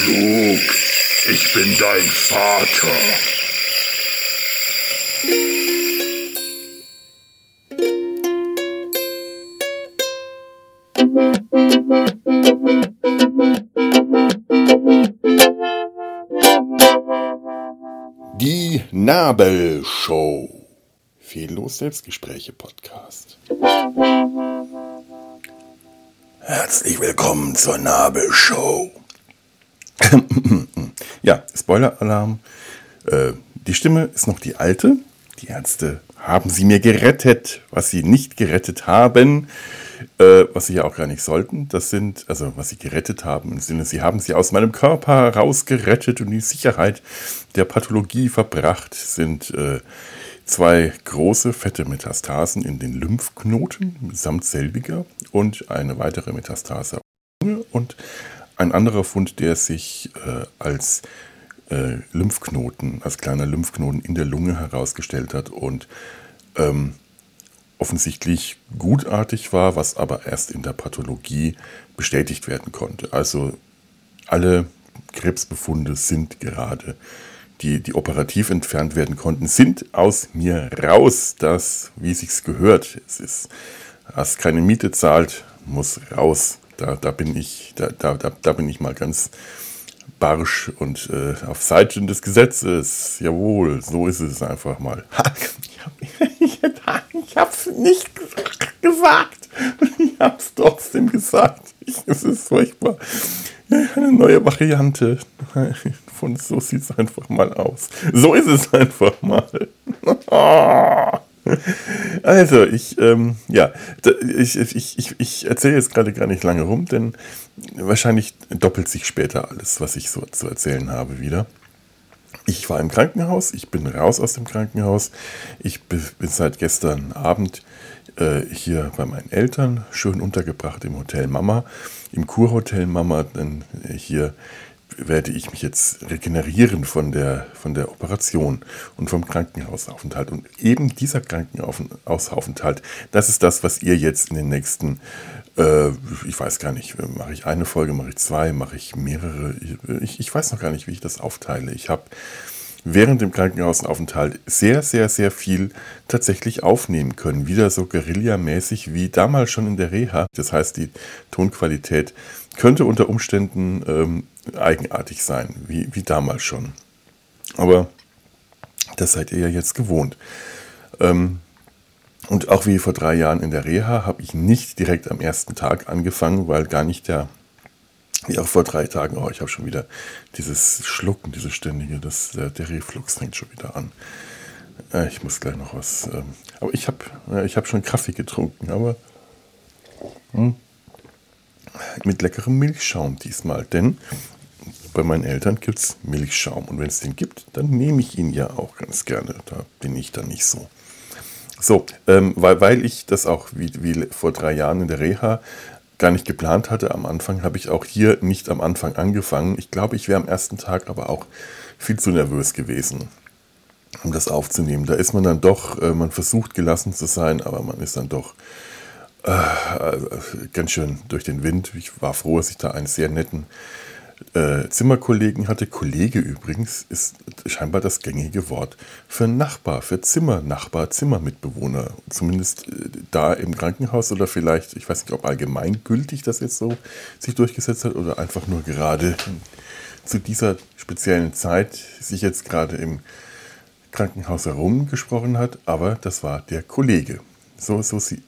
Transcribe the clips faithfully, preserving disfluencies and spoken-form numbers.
Luke, ich bin dein Vater. Die Nabelshow. Fehllos Selbstgespräche Podcast. Herzlich willkommen zur Nabelshow. Ja, Spoiler-Alarm. Äh, die Stimme ist noch die alte. Die Ärzte haben sie mir gerettet, was sie nicht gerettet haben, äh, was sie ja auch gar nicht sollten. Das sind, also was sie gerettet haben, im Sinne, sie haben sie aus meinem Körper rausgerettet und die Sicherheit der Pathologie verbracht, sind äh, zwei große, fette Metastasen in den Lymphknoten samt selbiger und eine weitere Metastase auf der Lunge und ein anderer Fund, der sich äh, als äh, Lymphknoten, als kleiner Lymphknoten in der Lunge herausgestellt hat und ähm, offensichtlich gutartig war, was aber erst in der Pathologie bestätigt werden konnte. Also alle Krebsbefunde sind gerade, die, die operativ entfernt werden konnten, sind aus mir raus. Das, wie es sich gehört. Es ist, was keine Miete zahlt, muss raus. Da, da bin ich, da, da, da bin ich mal ganz barsch und äh, auf Seiten des Gesetzes. Jawohl, so ist es einfach mal. Ich, hab, ich hab's nicht gesagt. Ich hab's trotzdem gesagt. Ich, es ist furchtbar. Eine neue Variante. Von so sieht es einfach mal aus. So ist es einfach mal. Also, ich, ähm, ja, ich, ich, ich, ich erzähle jetzt gerade gar nicht lange rum, denn wahrscheinlich doppelt sich später alles, was ich so zu erzählen habe, wieder. Ich war im Krankenhaus, ich bin raus aus dem Krankenhaus. Ich bin seit gestern Abend äh, hier bei meinen Eltern, schön untergebracht im Hotel Mama, im Kurhotel Mama, denn äh, hier werde ich mich jetzt regenerieren von der, von der Operation und vom Krankenhausaufenthalt. Und eben dieser Krankenhausaufenthalt, das ist das, was ihr jetzt in den nächsten, äh, ich weiß gar nicht, mache ich eine Folge, mache ich zwei, mache ich mehrere, ich, ich weiß noch gar nicht, wie ich das aufteile. Ich habe während dem Krankenhausaufenthalt sehr, sehr, sehr viel tatsächlich aufnehmen können. Wieder so guerillamäßig wie damals schon in der Reha. Das heißt, die Tonqualität könnte unter Umständen ähm, eigenartig sein, wie, wie damals schon. Aber das seid ihr ja jetzt gewohnt. Ähm, und auch wie vor drei Jahren in der Reha habe ich nicht direkt am ersten Tag angefangen, weil gar nicht der, wie auch vor drei Tagen, oh, ich habe schon wieder dieses Schlucken, dieses ständige, das, der, der Reflux fängt schon wieder an. Äh, ich muss gleich noch was, ähm, aber ich habe äh, ich hab schon Kaffee getrunken, aber hm, mit leckerem Milchschaum diesmal, denn bei meinen Eltern gibt es Milchschaum und wenn es den gibt, dann nehme ich ihn ja auch ganz gerne, da bin ich dann nicht so. So, ähm, weil, weil ich das auch wie, wie vor drei Jahren in der Reha gar nicht geplant hatte am Anfang, habe ich auch hier nicht am Anfang angefangen. Ich glaube, ich wäre am ersten Tag aber auch viel zu nervös gewesen, um das aufzunehmen. Da ist man dann doch, äh, man versucht gelassen zu sein, aber man ist dann doch äh, ganz schön durch den Wind. Ich war froh, dass ich da einen sehr netten äh, Zimmerkollegen hatte. Kollege übrigens ist scheinbar das gängige Wort für Nachbar, für Zimmernachbar, Zimmermitbewohner. Zumindest äh, da im Krankenhaus oder vielleicht, ich weiß nicht, ob allgemeingültig das jetzt so sich durchgesetzt hat oder einfach nur gerade zu dieser speziellen Zeit sich jetzt gerade im Krankenhaus herumgesprochen hat, aber das war der Kollege. So, so sie.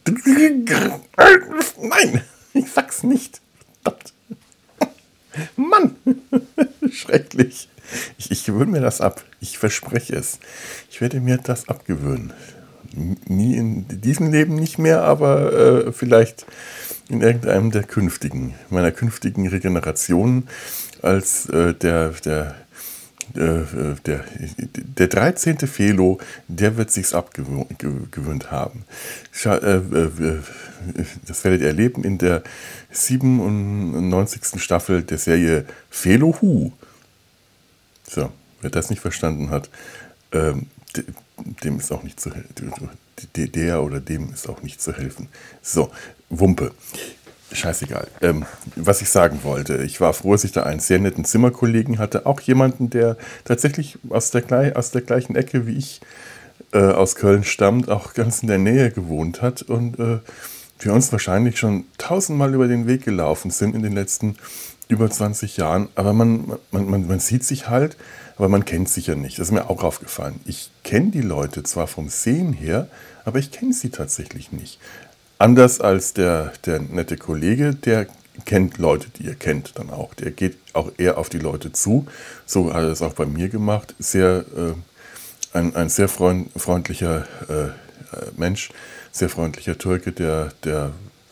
Nein, ich sag's nicht. Verdammt. Mann, schrecklich. Ich, ich gewöhne mir das ab. Ich verspreche es. Ich werde mir das abgewöhnen. Nie in diesem Leben nicht mehr, aber äh, vielleicht in irgendeinem der künftigen, meiner künftigen Regenerationen als äh, der, der, äh, der, der dreizehnte Felo, der wird sich's abgewöhnt haben. Scha- äh, äh, das werdet ihr erleben in der siebenundneunzigsten Staffel der Serie Felo Who. So, wer das nicht verstanden hat, ähm, dem ist auch nicht zu helfen. Der oder dem ist auch nicht zu helfen. So, Wumpe. scheißegal. Ähm, was ich sagen wollte, ich war froh, dass ich da einen sehr netten Zimmerkollegen hatte. Auch jemanden, der tatsächlich aus der, glei- aus der gleichen Ecke wie ich äh, aus Köln stammt, auch ganz in der Nähe gewohnt hat. Und äh, wir uns wahrscheinlich schon tausendmal über den Weg gelaufen sind in den letzten über zwanzig Jahren. Aber man, man, man, man sieht sich halt, aber man kennt sich ja nicht. Das ist mir auch aufgefallen. Ich kenne die Leute zwar vom Sehen her, aber ich kenne sie tatsächlich nicht. Anders als der, der nette Kollege, der kennt Leute, die er kennt dann auch. Der geht auch eher auf die Leute zu. So hat er es auch bei mir gemacht. Sehr, äh, ein, ein sehr freund, freundlicher äh, Mensch, sehr freundlicher Türke, der, der,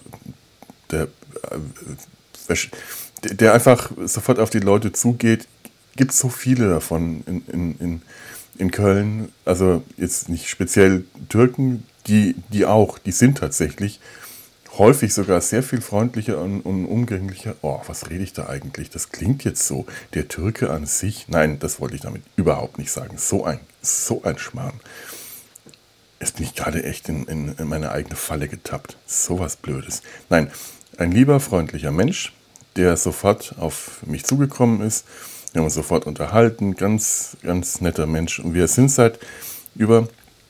der, äh, der einfach sofort auf die Leute zugeht. Gibt so viele davon in, in, in, in Köln. Also jetzt nicht speziell Türken, die, die auch, die sind tatsächlich häufig sogar sehr viel freundlicher und, und umgänglicher. Oh, was rede ich da eigentlich? Das klingt jetzt so. Der Türke an sich, nein, das wollte ich damit überhaupt nicht sagen. So ein, so ein Schmarrn. Jetzt bin ich gerade echt in, in, in meine eigene Falle getappt. So was Blödes. Nein, ein lieber, freundlicher Mensch, der sofort auf mich zugekommen ist. Wir haben uns sofort unterhalten. Ganz, ganz netter Mensch. Und wir sind seit über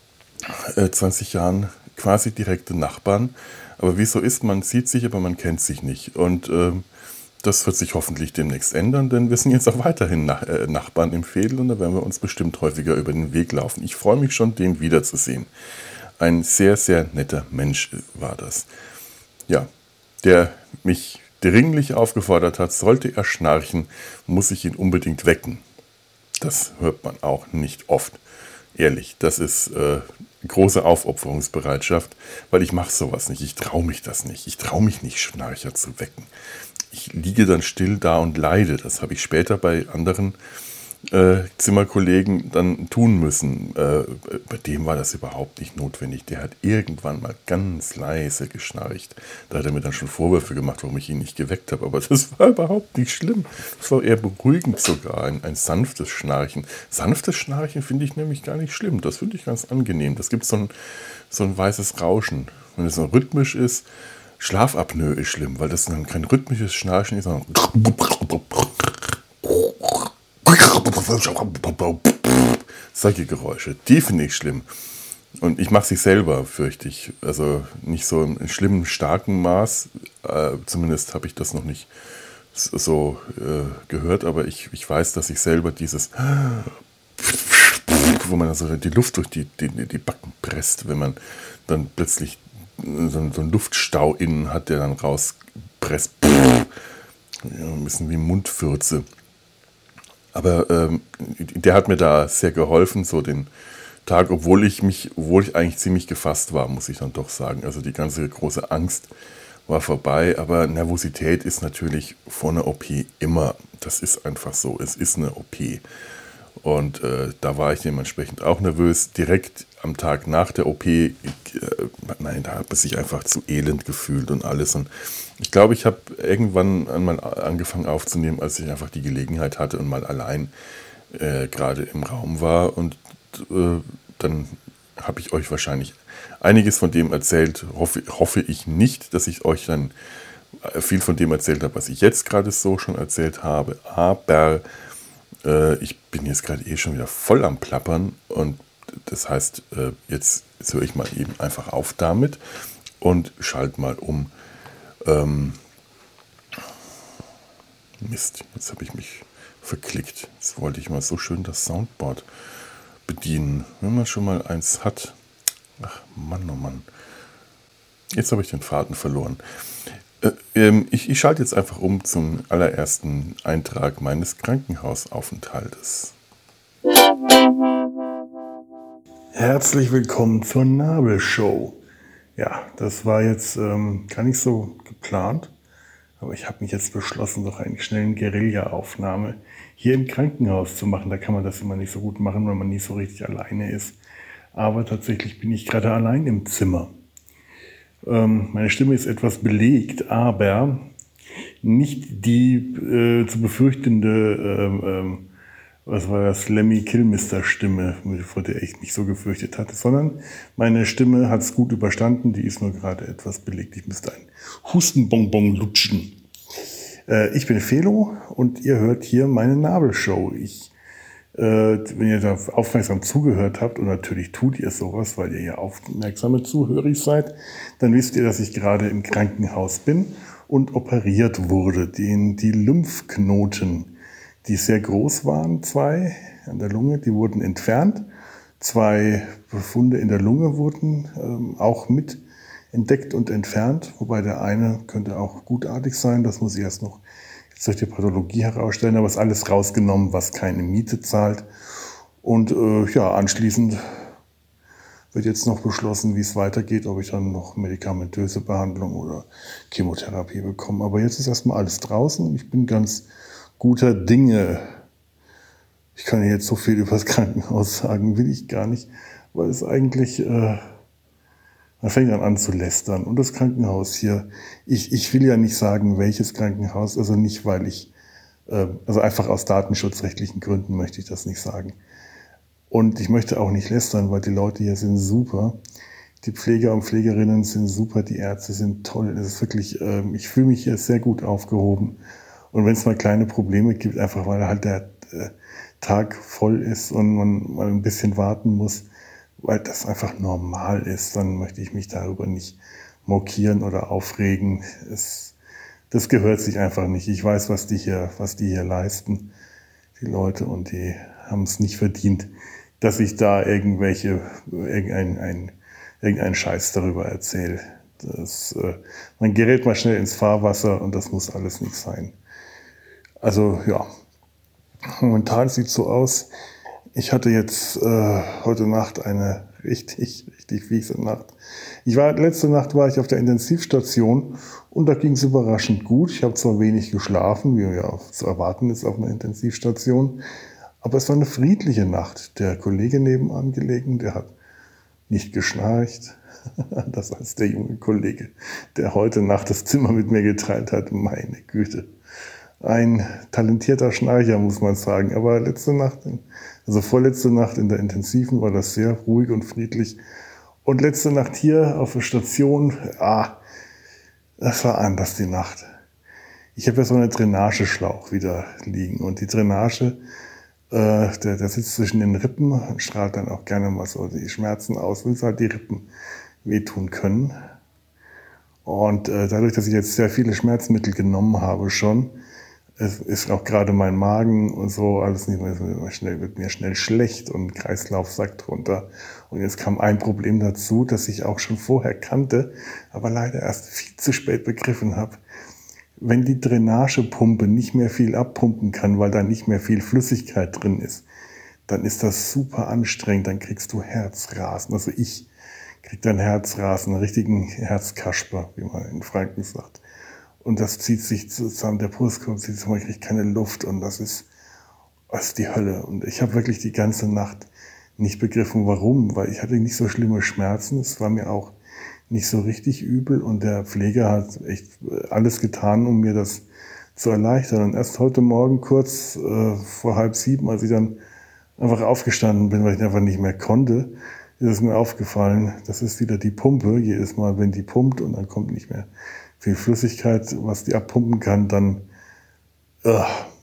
äh, zwanzig Jahren quasi direkte Nachbarn. Aber wie es so ist, man sieht sich, aber man kennt sich nicht. Und äh, das wird sich hoffentlich demnächst ändern, denn wir sind jetzt auch weiterhin Nach- äh, Nachbarn im Veedel und da werden wir uns bestimmt häufiger über den Weg laufen. Ich freue mich schon, den wiederzusehen. Ein sehr, sehr netter Mensch war das. Ja, der mich dringlich aufgefordert hat, sollte er schnarchen, muss ich ihn unbedingt wecken. Das hört man auch nicht oft. Ehrlich, das ist äh, große Aufopferungsbereitschaft, weil ich mache sowas nicht. Ich traue mich das nicht. Ich traue mich nicht, Schnarcher zu wecken. Ich liege dann still da und leide. Das habe ich später bei anderen äh, Zimmerkollegen dann tun müssen. Äh, bei dem war das überhaupt nicht notwendig. Der hat irgendwann mal ganz leise geschnarcht. Da hat er mir dann schon Vorwürfe gemacht, warum ich ihn nicht geweckt habe. Aber das war überhaupt nicht schlimm. Das war eher beruhigend sogar. Ein, ein sanftes Schnarchen. Sanftes Schnarchen finde ich nämlich gar nicht schlimm. Das finde ich ganz angenehm. Das gibt so ein, so ein weißes Rauschen. Wenn es so rhythmisch ist, Schlafapnoe ist schlimm, weil das dann kein rhythmisches Schnarchen ist, sondern solche Geräusche. Die finde ich schlimm. Und ich mache sie selber, fürchte ich. Also nicht so im schlimmen, starken Maß. Äh, zumindest habe ich das noch nicht so äh, gehört, aber ich, ich weiß, dass ich selber dieses, wo man also die Luft durch die, die, die Backen presst, wenn man dann plötzlich so, so einen Luftstau innen hat, der dann rauspresst. Ja, ein bisschen wie Mundfürze. Aber ähm, der hat mir da sehr geholfen, so den Tag, obwohl ich mich, obwohl ich eigentlich ziemlich gefasst war, muss ich dann doch sagen. Also die ganze große Angst war vorbei, aber Nervosität ist natürlich vor einer O P immer. Das ist einfach so. Es ist eine O P. Und äh, da war ich dementsprechend auch nervös. Direkt am Tag nach der O P, ich, äh, nein, da hat es sich einfach zu elend gefühlt und alles. Und ich glaube, ich habe irgendwann einmal angefangen aufzunehmen, als ich einfach die Gelegenheit hatte und mal allein äh, gerade im Raum war. Und äh, dann habe ich euch wahrscheinlich einiges von dem erzählt. Hoffe, hoffe ich nicht, dass ich euch dann viel von dem erzählt habe, was ich jetzt gerade so schon erzählt habe. Aber äh, ich bin jetzt gerade eh schon wieder voll am Plappern. Und das heißt, äh, jetzt, jetzt höre ich mal eben einfach auf damit und schalte mal um. Ähm, Mist, jetzt habe ich mich verklickt. Jetzt wollte ich mal so schön das Soundboard bedienen. Wenn man schon mal eins hat. Ach Mann, oh Mann. Jetzt habe ich den Faden verloren. Äh, ähm, ich, ich schalte jetzt einfach um zum allerersten Eintrag meines Krankenhausaufenthaltes. Herzlich willkommen zur Nabelshow. Ja, das war jetzt ähm, gar nicht so geplant, aber ich habe mich jetzt beschlossen, doch eine schnelle Guerilla-Aufnahme hier im Krankenhaus zu machen. Da kann man das immer nicht so gut machen, weil man nicht so richtig alleine ist. Aber tatsächlich bin ich gerade allein im Zimmer. Ähm, meine Stimme ist etwas belegt, aber nicht die äh, zu befürchtende ähm, ähm, Das war das Lemmy Kilmister Stimme, vor der ich mich so gefürchtet hatte, sondern meine Stimme hat es gut überstanden, die ist nur gerade etwas belegt. Ich müsste einen Hustenbonbon lutschen. Äh, ich bin Felo und ihr hört hier meine Nabelshow. Ich, äh, wenn ihr da aufmerksam zugehört habt, und natürlich tut ihr sowas, weil ihr ja aufmerksame Zuhörer seid, dann wisst ihr, dass ich gerade im Krankenhaus bin und operiert wurde. Den, die Lymphknoten, die sehr groß waren, zwei an der Lunge, die wurden entfernt. Zwei Befunde in der Lunge wurden ähm, auch mit entdeckt und entfernt, wobei der eine könnte auch gutartig sein, das muss ich erst noch jetzt durch die Pathologie herausstellen, aber es ist alles rausgenommen, was keine Miete zahlt. Und äh, ja, anschließend wird jetzt noch beschlossen, wie es weitergeht, ob ich dann noch medikamentöse Behandlung oder Chemotherapie bekomme. Aber jetzt ist erstmal alles draußen und ich bin ganz guter Dinge. Ich kann jetzt so viel über das Krankenhaus sagen, will ich gar nicht, weil es eigentlich, äh, man fängt dann an zu lästern. Und das Krankenhaus hier, ich, ich will ja nicht sagen, welches Krankenhaus, also nicht, weil ich, äh, also einfach aus datenschutzrechtlichen Gründen möchte ich das nicht sagen. Und ich möchte auch nicht lästern, weil die Leute hier sind super. Die Pfleger und Pflegerinnen sind super, die Ärzte sind toll. Es ist wirklich, äh, ich fühle mich hier sehr gut aufgehoben. Und wenn es mal kleine Probleme gibt, einfach weil halt der äh, Tag voll ist und man mal ein bisschen warten muss, weil das einfach normal ist, dann möchte ich mich darüber nicht mokieren oder aufregen. Es, das gehört sich einfach nicht. Ich weiß, was die hier, was die hier leisten, die Leute, und die haben es nicht verdient, dass ich da irgendwelche, irgendein, ein, irgendeinen Scheiß darüber erzähle. Das, äh, man gerät mal schnell ins Fahrwasser und das muss alles nicht sein. Also ja, momentan sieht es so aus, ich hatte jetzt äh, heute Nacht eine richtig, richtig fiese Nacht. Ich war, letzte Nacht war ich auf der Intensivstation und da ging es überraschend gut. Ich habe zwar wenig geschlafen, wie ja zu erwarten ist auf einer Intensivstation, aber es war eine friedliche Nacht. Der Kollege nebenan gelegen, der hat nicht geschnarcht. Das als der junge Kollege, der heute Nacht das Zimmer mit mir geteilt hat. Meine Güte. Ein talentierter Schnarcher, muss man sagen. Aber letzte Nacht, also vorletzte Nacht in der Intensiven war das sehr ruhig und friedlich. Und letzte Nacht hier auf der Station, ah, das war anders die Nacht. Ich habe ja so einen Drainageschlauch wieder liegen. Und die Drainage, äh, der, der sitzt zwischen den Rippen und strahlt dann auch gerne mal so die Schmerzen aus, weil es halt die Rippen wehtun können. Und äh, dadurch, dass ich jetzt sehr viele Schmerzmittel genommen habe schon, es ist auch gerade mein Magen und so alles nicht mehr, schnell, wird mir schnell schlecht und Kreislauf sackt runter. Und jetzt kam ein Problem dazu, das ich auch schon vorher kannte, aber leider erst viel zu spät begriffen habe. Wenn die Drainagepumpe nicht mehr viel abpumpen kann, weil da nicht mehr viel Flüssigkeit drin ist, dann ist das super anstrengend, dann kriegst du Herzrasen. Also ich krieg dann Herzrasen, einen richtigen Herzkasper, wie man in Franken sagt. Und das zieht sich zusammen, der Brustkorb zieht zusammen, ich kriege keine Luft und das ist, das ist die Hölle. Und ich habe wirklich die ganze Nacht nicht begriffen, warum, weil ich hatte nicht so schlimme Schmerzen, es war mir auch nicht so richtig übel und der Pfleger hat echt alles getan, um mir das zu erleichtern. Und erst heute Morgen kurz äh, vor halb sieben, als ich dann einfach aufgestanden bin, weil ich einfach nicht mehr konnte, ist es mir aufgefallen, das ist wieder die Pumpe. Jedes Mal, wenn die pumpt und dann kommt nicht mehr viel Flüssigkeit, was die abpumpen kann, dann, uh,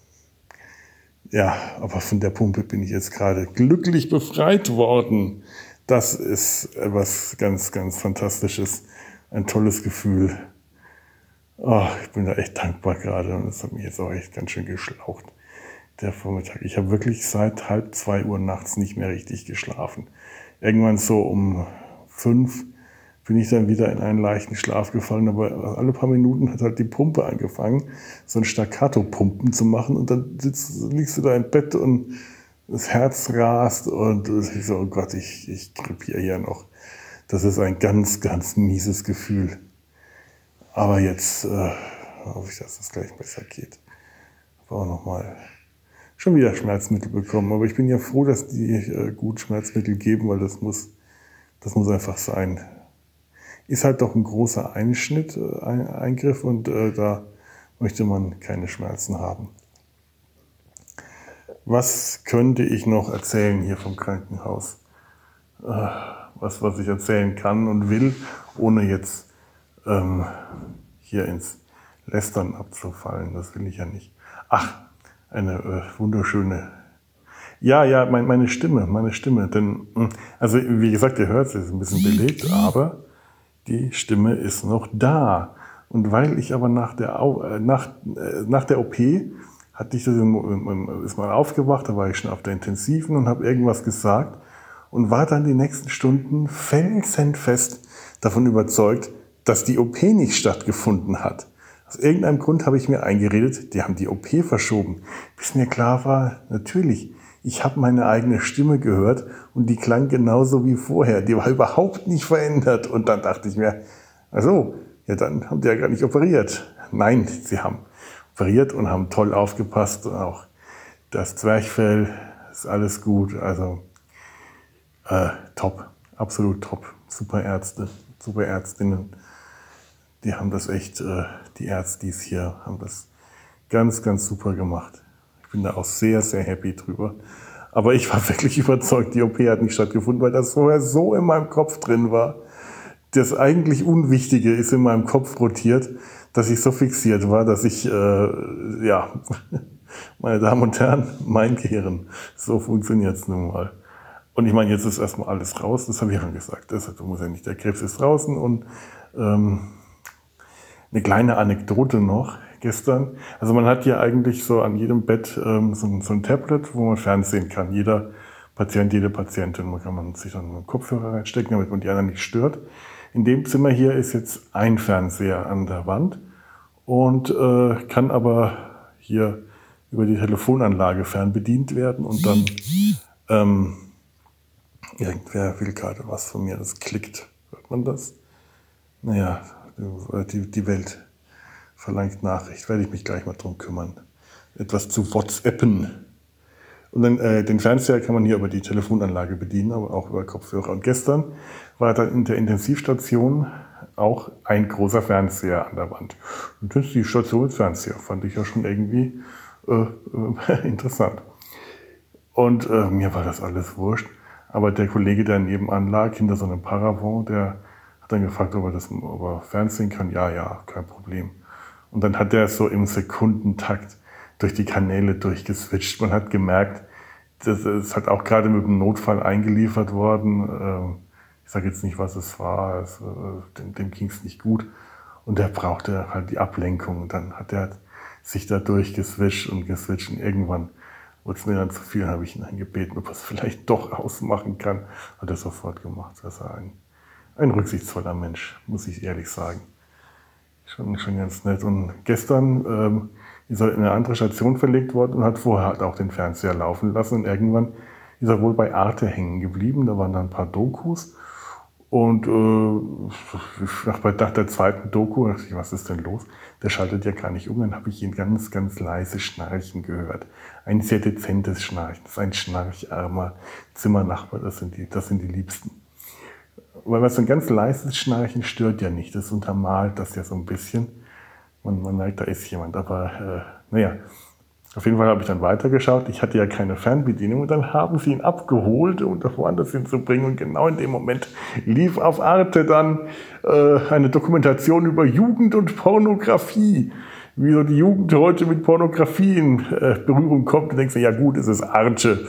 ja, aber von der Pumpe bin ich jetzt gerade glücklich befreit worden. Das ist etwas ganz, ganz Fantastisches, ein tolles Gefühl. Oh, ich bin da echt dankbar gerade und das hat mich jetzt auch echt ganz schön geschlaucht, der Vormittag. Ich habe wirklich seit halb zwei Uhr nachts nicht mehr richtig geschlafen. Irgendwann so um fünf bin ich dann wieder in einen leichten Schlaf gefallen, aber alle paar Minuten hat halt die Pumpe angefangen, so ein Staccato-Pumpen zu machen und dann sitzt, liegst du da im Bett und das Herz rast und ich so, oh Gott, ich, ich krepiere hier noch. Das ist ein ganz, ganz mieses Gefühl. Aber jetzt äh, hoffe ich, dass das gleich besser geht. Ich habe auch nochmal schon wieder Schmerzmittel bekommen, aber ich bin ja froh, dass die äh, gut Schmerzmittel geben, weil das muss, das muss einfach sein. Ist halt doch ein großer Einschnitt, ein Eingriff und äh, da möchte man keine Schmerzen haben. Was könnte ich noch erzählen hier vom Krankenhaus? Äh, was, was ich erzählen kann und will, ohne jetzt ähm, hier ins Lästern abzufallen. Das will ich ja nicht. Ach, eine äh, wunderschöne... Ja, ja, mein, meine Stimme, meine Stimme. Denn, also wie gesagt, ihr hört, sie ist ein bisschen belegt, aber die Stimme ist noch da. Und weil ich aber nach der, Au- äh, nach, äh, nach der O P hatte ich das, im- ist mal aufgewacht, da war ich schon auf der Intensiven und habe irgendwas gesagt und war dann die nächsten Stunden felsenfest davon überzeugt, dass die O P nicht stattgefunden hat. Aus irgendeinem Grund habe ich mir eingeredet, die haben die O P verschoben. Bis mir klar war, natürlich, ich habe meine eigene Stimme gehört und die klang genauso wie vorher. Die war überhaupt nicht verändert. Und dann dachte ich mir, also, ja, dann haben die ja gar nicht operiert. Nein, sie haben operiert und haben toll aufgepasst. Und auch das Zwerchfell ist alles gut. Also äh, top, absolut top. Super Ärzte, super Ärztinnen. Die haben das echt, äh, die Ärztis hier haben das ganz, ganz super gemacht. Ich bin da auch sehr, sehr happy drüber. Aber ich war wirklich überzeugt, die O P hat nicht stattgefunden, weil das vorher so in meinem Kopf drin war. Das eigentlich Unwichtige ist in meinem Kopf rotiert, dass ich so fixiert war, dass ich, äh, ja, meine Damen und Herren, mein Gehirn, so funktioniert es nun mal. Und ich meine, jetzt ist erstmal alles raus, das habe ich schon gesagt. Das muss ja nicht, der Krebs ist draußen. Und ähm, eine kleine Anekdote noch gestern. Also man hat ja eigentlich so an jedem Bett ähm, so, ein, so ein Tablet, wo man fernsehen kann. Jeder Patient, jede Patientin. Man kann man sich dann einen Kopfhörer reinstecken, damit man die anderen nicht stört. In dem Zimmer hier ist jetzt ein Fernseher an der Wand und äh, kann aber hier über die Telefonanlage fernbedient werden. Und dann, ähm, irgendwer will gerade was von mir, das klickt. Hört man das? Naja, die, die Welt verlangt Nachricht, werde ich mich gleich mal drum kümmern. Etwas zu WhatsAppen. Und dann äh, den Fernseher kann man hier über die Telefonanlage bedienen, aber auch über Kopfhörer. Und gestern war dann in der Intensivstation auch ein großer Fernseher an der Wand. Und das ist die Station mit Fernseher, fand ich ja schon irgendwie äh, äh, interessant. Und äh, mir war das alles wurscht. Aber der Kollege, der nebenan lag, hinter so einem Paravent, der hat dann gefragt, ob er das ob er Fernsehen kann. Ja, ja, kein Problem. Und dann hat er so im Sekundentakt durch die Kanäle durchgeswitcht. Man hat gemerkt, das ist halt auch gerade mit dem Notfall eingeliefert worden. Ich sage jetzt nicht, was es war, es, dem, dem ging es nicht gut. Und der brauchte halt die Ablenkung. Und dann hat er sich da durchgeswitcht und geswitcht. Und irgendwann wurde es mir dann zu viel, habe ich ihn dann gebeten, ob er es vielleicht doch ausmachen kann. Hat er sofort gemacht. Das war ein, ein rücksichtsvoller Mensch, muss ich ehrlich sagen. Schon, schon ganz nett. Und gestern ähm, ist er in eine andere Station verlegt worden und hat vorher halt auch den Fernseher laufen lassen. Und irgendwann ist er wohl bei Arte hängen geblieben. Da waren dann ein paar Dokus. Und äh, nach, nach der zweiten Doku dachte ich, was ist denn los? Der schaltet ja gar nicht um. Dann habe ich ihn ganz, ganz leise schnarchen gehört. Ein sehr dezentes Schnarchen. Das ist ein schnarcharmer Zimmernachbar. Das sind die, das sind die Liebsten. Weil so ein ganz leises Schnarchen stört ja nicht. Das untermalt das ja so ein bisschen. Man, man merkt, da ist jemand. Aber äh, naja, auf jeden Fall habe ich dann weitergeschaut. Ich hatte ja keine Fernbedienung. Und dann haben sie ihn abgeholt, um das woanders hinzubringen. Und genau in dem Moment lief auf Arte dann äh, eine Dokumentation über Jugend und Pornografie. Wie so die Jugend heute mit Pornografie in äh, Berührung kommt. Und denkst du, ja gut, es ist Arte.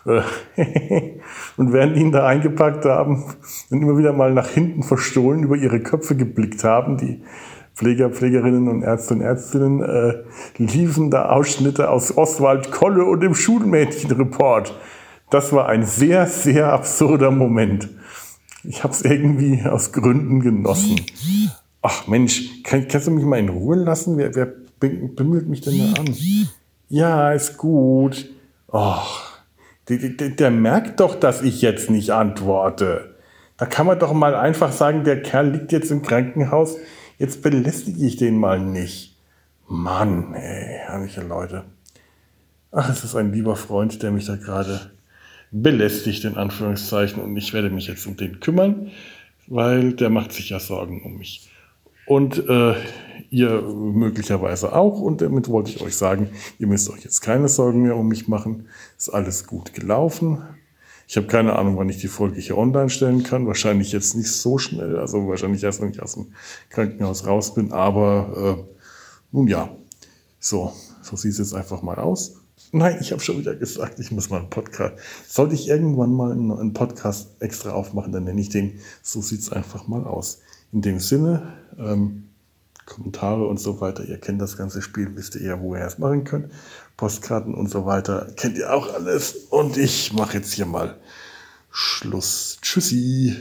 Und während ihn da eingepackt haben und immer wieder mal nach hinten verstohlen über ihre Köpfe geblickt haben, die Pfleger, Pflegerinnen und Ärzte und Ärztinnen, äh, liefen da Ausschnitte aus Oswald Kolle und dem Schulmädchenreport. Das war ein sehr, sehr absurder Moment. Ich habe es irgendwie aus Gründen genossen. Ach Mensch, kann, kannst du mich mal in Ruhe lassen? Wer, wer bimmelt mich denn da an? Ja, ist gut. Och. Der, der, der merkt doch, dass ich jetzt nicht antworte. Da kann man doch mal einfach sagen, der Kerl liegt jetzt im Krankenhaus, jetzt belästige ich den mal nicht. Mann, ey, herrliche Leute. Ach, es ist ein lieber Freund, der mich da gerade belästigt, in Anführungszeichen, und ich werde mich jetzt um den kümmern, weil der macht sich ja Sorgen um mich. Und äh, ihr möglicherweise auch. Und damit wollte ich euch sagen, ihr müsst euch jetzt keine Sorgen mehr um mich machen. Ist alles gut gelaufen. Ich habe keine Ahnung, wann ich die Folge hier online stellen kann. Wahrscheinlich jetzt nicht so schnell. Also wahrscheinlich erst, wenn ich aus dem Krankenhaus raus bin. Aber äh, nun ja, so, so sieht es jetzt einfach mal aus. Nein, ich habe schon wieder gesagt, ich muss mal einen Podcast. Sollte ich irgendwann mal einen, einen Podcast extra aufmachen, dann nenne ich den So sieht's einfach mal aus. In dem Sinne, ähm, Kommentare und so weiter, ihr kennt das ganze Spiel, wisst ihr ja, wo ihr es machen könnt. Postkarten und so weiter, kennt ihr auch alles. Und ich mache jetzt hier mal Schluss. Tschüssi.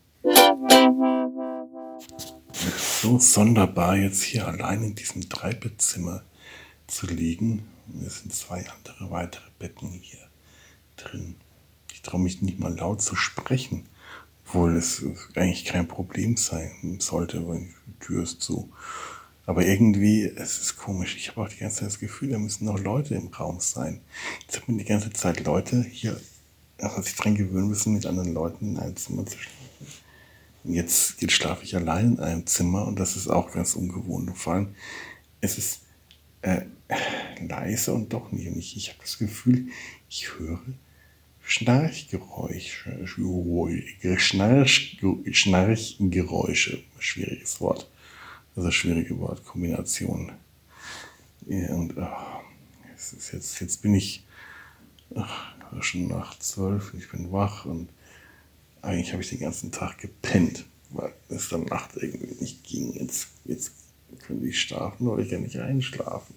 So sonderbar, jetzt hier allein in diesem Dreibettzimmer zu liegen. Es sind zwei andere weitere Betten hier drin. Ich traue mich nicht mal laut zu sprechen, obwohl es eigentlich kein Problem sein sollte, weil die Tür ist zu. Aber irgendwie, es ist komisch. Ich habe auch die ganze Zeit das Gefühl, da müssen noch Leute im Raum sein. Jetzt hat man die ganze Zeit Leute hier, also sich dran gewöhnen müssen, mit anderen Leuten in einem Zimmer zu schlafen. Und jetzt, jetzt schlafe ich allein in einem Zimmer und das ist auch ganz ungewohnt. Und vor allem, es ist äh, leise und doch nicht. Und ich, ich habe das Gefühl, ich höre Schnarchgeräusche, Schnarch, Schnarchgeräusche, schwieriges Wort. Also schwierige Wortkombination. Ja, und ach, es ist jetzt, jetzt bin ich ach, schon nach zwölf, ich bin wach und eigentlich habe ich den ganzen Tag gepennt, weil es dann Nacht irgendwie nicht ging. Jetzt, jetzt könnte ich schlafen, aber ich kann nicht einschlafen.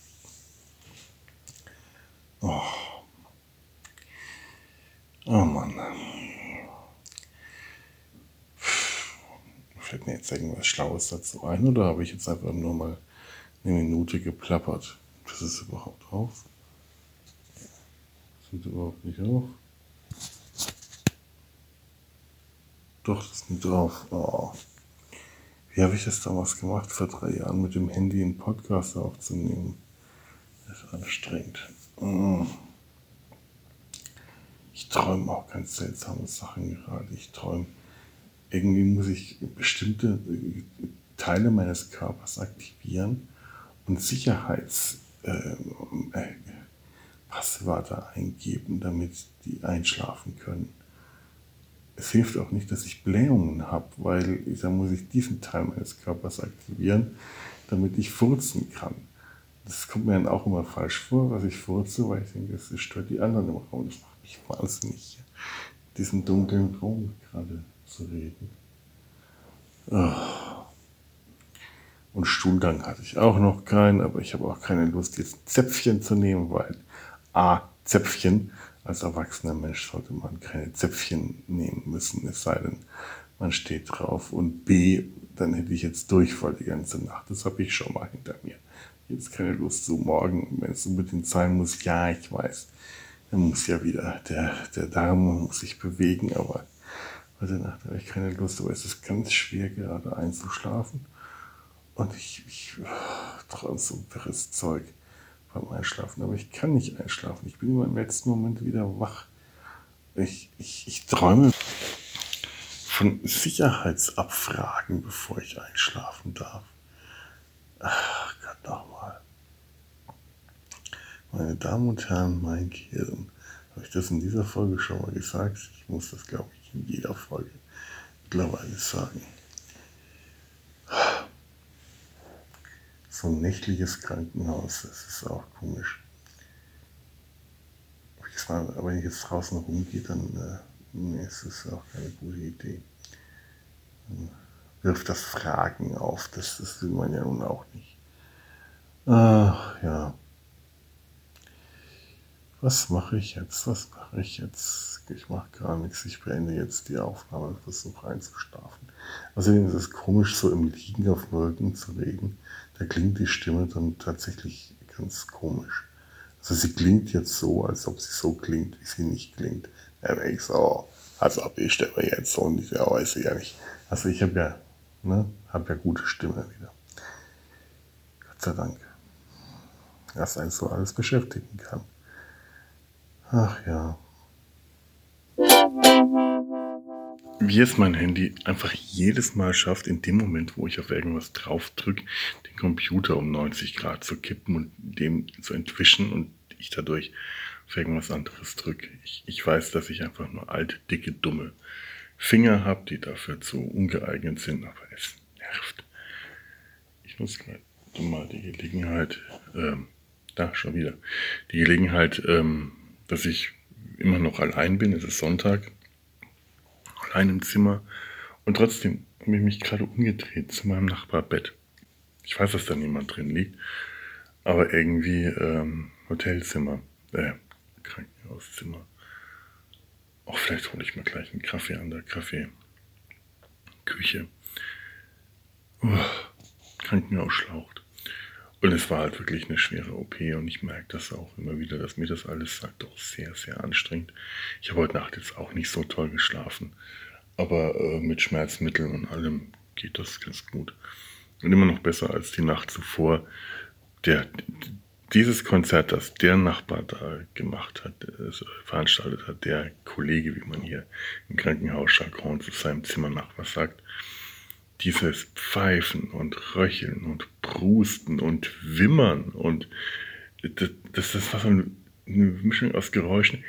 Oh, oh Mann. Fällt mir jetzt irgendwas Schlaues dazu ein oder habe ich jetzt einfach nur mal eine Minute geplappert? Das ist überhaupt auf? Das nimmt überhaupt nicht auf. Doch, das nimmt auf. Oh. Wie habe ich das damals gemacht, vor drei Jahren mit dem Handy einen Podcast aufzunehmen? Das ist anstrengend. Ich träume auch ganz seltsame Sachen gerade. Ich träume, irgendwie muss ich bestimmte Teile meines Körpers aktivieren und Sicherheitspasswörter äh, eingeben, damit die einschlafen können. Es hilft auch nicht, dass ich Blähungen habe, weil da muss ich diesen Teil meines Körpers aktivieren, damit ich furzen kann. Das kommt mir dann auch immer falsch vor, was ich furze, weil ich denke, das stört die anderen im Raum. Das macht mich wahnsinnig, in diesem dunklen Raum gerade zu reden. Oh. Und Stuhlgang hatte ich auch noch keinen, aber ich habe auch keine Lust, jetzt Zäpfchen zu nehmen, weil A, Zäpfchen, als erwachsener Mensch sollte man keine Zäpfchen nehmen müssen, es sei denn, man steht drauf. Und B, dann hätte ich jetzt Durchfall die ganze Nacht. Das habe ich schon mal hinter mir. Jetzt keine Lust, so morgen, wenn es unbedingt sein muss, ja, ich weiß, dann muss ja wieder, der, der Darm muss sich bewegen, aber heute Nacht habe ich keine Lust, aber es ist ganz schwer, gerade einzuschlafen. Und ich, ich träume so wirres Zeug beim Einschlafen, aber ich kann nicht einschlafen. Ich bin immer im letzten Moment wieder wach. Ich, ich, ich träume von Sicherheitsabfragen, bevor ich einschlafen darf. Ach Gott, nochmal. Meine Damen und Herren, mein Gehirn. Habe ich das in dieser Folge schon mal gesagt? Ich muss das, glaube ich, in jeder Folge mittlerweile sagen. So ein nächtliches Krankenhaus, das ist auch komisch. Aber wenn ich jetzt draußen rumgehe, dann äh, nee, ist das auch keine gute Idee. Dann wirft das Fragen auf, das, das will man ja nun auch nicht. Ach ja. Was mache ich jetzt? Was mache ich jetzt? Ich mache gar nichts. Ich beende jetzt die Aufnahme und versuche einzuschlafen. Außerdem ist es komisch, so im Liegen auf Wolken zu reden. Da klingt die Stimme dann tatsächlich ganz komisch. Also sie klingt jetzt so, als ob sie so klingt, wie sie nicht klingt. Da wäre ich so, als ob die Stimme jetzt so nicht, ja, weiß ich ja nicht. Also ich habe ja, ne, habe ja gute Stimme wieder. Gott sei Dank. Was einen so alles beschäftigen kann. Ach ja. wie es mein Handy einfach jedes Mal schafft, in dem Moment, wo ich auf irgendwas drauf drücke, den Computer um neunzig Grad zu kippen und dem zu entwischen und ich dadurch auf irgendwas anderes drücke. Ich, ich weiß, dass ich einfach nur alte, dicke, dumme Finger habe, die dafür zu ungeeignet sind, aber es nervt. Ich nutze gerade mal die Gelegenheit, ähm, da schon wieder, die Gelegenheit, ähm, dass ich immer noch allein bin, es ist Sonntag, allein im Zimmer und trotzdem habe ich mich gerade umgedreht zu meinem Nachbarbett. Ich weiß, dass da niemand drin liegt, aber irgendwie ähm, Hotelzimmer, äh, Krankenhauszimmer. Auch vielleicht hole ich mir gleich einen Kaffee an der Kaffeeküche. Uh, Krankenhaus schlaucht. Und es war halt wirklich eine schwere O P und ich merke das auch immer wieder, dass mir das alles halt doch sehr, sehr anstrengend. Ich habe heute Nacht jetzt auch nicht so toll geschlafen, aber äh, mit Schmerzmitteln und allem geht das ganz gut. Und immer noch besser als die Nacht zuvor. Der, dieses Konzert, das der Nachbar da gemacht hat, äh, veranstaltet hat, der Kollege, wie man hier im Krankenhausjargon zu seinem Zimmernachbar sagt, dieses Pfeifen und Röcheln und Prusten und Wimmern und das, das, das war so eine, eine Mischung aus Geräuschen.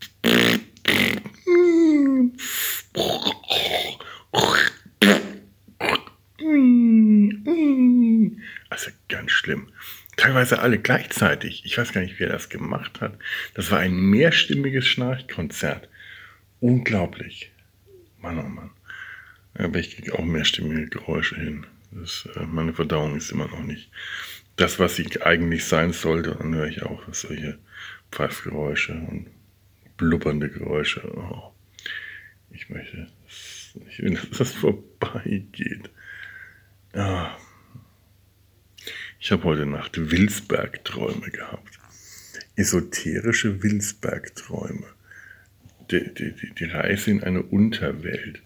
Also ganz schlimm. Teilweise alle gleichzeitig. Ich weiß gar nicht, wer das gemacht hat. Das war ein mehrstimmiges Schnarchkonzert. Unglaublich. Mann, oh Mann. Aber ich kriege auch mehrstimmige Geräusche hin. Das, äh, meine Verdauung ist immer noch nicht das, was sie eigentlich sein sollte. Dann höre ich auch solche Pfeifgeräusche und blubbernde Geräusche. Oh, ich möchte, ich will, dass das vorbeigeht. Ja. Ich habe heute Nacht Wilsberg-Träume gehabt. Esoterische Wilsberg-Träume. Die, die, die, die Reise in eine Unterwelt.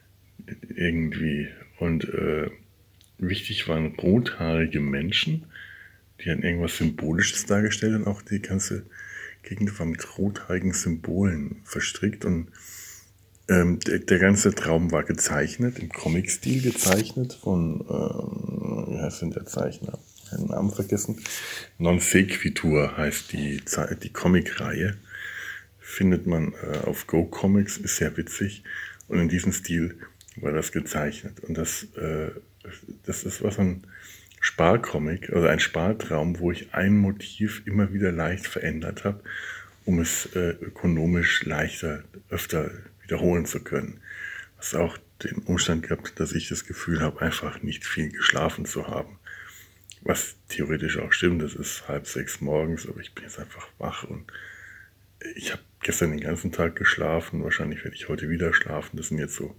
Irgendwie. Und äh, wichtig waren rothaarige Menschen, die hatten irgendwas Symbolisches dargestellt und auch die ganze Gegend war mit rothaarigen Symbolen verstrickt und ähm, der, der ganze Traum war gezeichnet, im Comic-Stil gezeichnet von, ähm, wie heißt denn der Zeichner? Ich habe den Namen vergessen. Non Sequitur heißt die, die Comic-Reihe. Findet man äh, auf Go Comics, ist sehr witzig und in diesem Stil war das gezeichnet. Und das, äh, das, das war so ein Sparcomic, also ein Spartraum, wo ich ein Motiv immer wieder leicht verändert habe, um es äh, ökonomisch leichter, öfter wiederholen zu können. Was auch den Umstand gehabt, dass ich das Gefühl habe, einfach nicht viel geschlafen zu haben. Was theoretisch auch stimmt, das ist halb sechs morgens, aber ich bin jetzt einfach wach und ich habe gestern den ganzen Tag geschlafen, wahrscheinlich werde ich heute wieder schlafen. Das sind jetzt so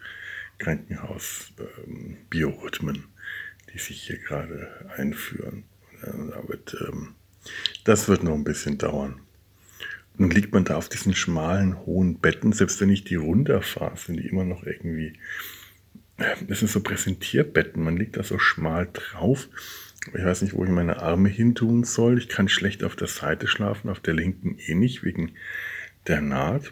Krankenhaus-Biorhythmen, ähm, die sich hier gerade einführen. Ja, wird, ähm, das wird noch ein bisschen dauern. Und dann liegt man da auf diesen schmalen, hohen Betten, selbst wenn ich die runterfahre, sind die immer noch irgendwie, das sind so Präsentierbetten, man liegt da so schmal drauf. Ich weiß nicht, wo ich meine Arme hintun soll. Ich kann schlecht auf der Seite schlafen, auf der linken eh nicht, wegen der Naht,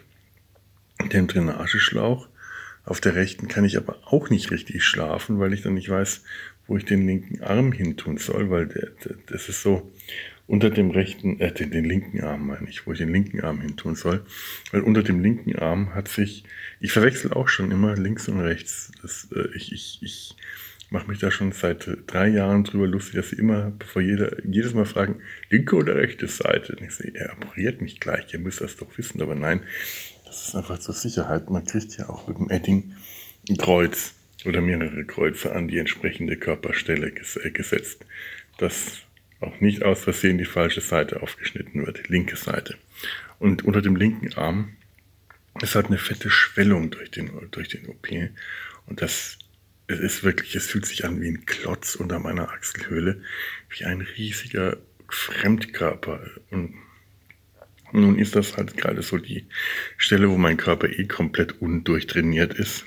dem Drainageschlauch. Auf der rechten kann ich aber auch nicht richtig schlafen, weil ich dann nicht weiß, wo ich den linken Arm hintun soll, weil der, der, das ist so unter dem rechten, äh, den, den linken Arm meine ich, wo ich den linken Arm hintun soll, weil unter dem linken Arm hat sich, ich verwechsel auch schon immer links und rechts, das, äh, ich, ich, ich mache mich da schon seit drei Jahren drüber lustig, dass sie immer, bevor jeder, jedes Mal fragen, linke oder rechte Seite, und ich sehe, er abonniert mich gleich, ihr müsst das doch wissen, aber nein, das ist einfach zur Sicherheit, man kriegt ja auch mit dem Edding ein Kreuz oder mehrere Kreuze an die entsprechende Körperstelle gesetzt, dass auch nicht aus Versehen die falsche Seite aufgeschnitten wird, linke Seite. Und unter dem linken Arm ist halt eine fette Schwellung durch den, durch den O P. Und das es ist wirklich, es fühlt sich an wie ein Klotz unter meiner Achselhöhle, wie ein riesiger Fremdkörper. Und nun ist das halt gerade so die Stelle, wo mein Körper eh komplett undurchtrainiert ist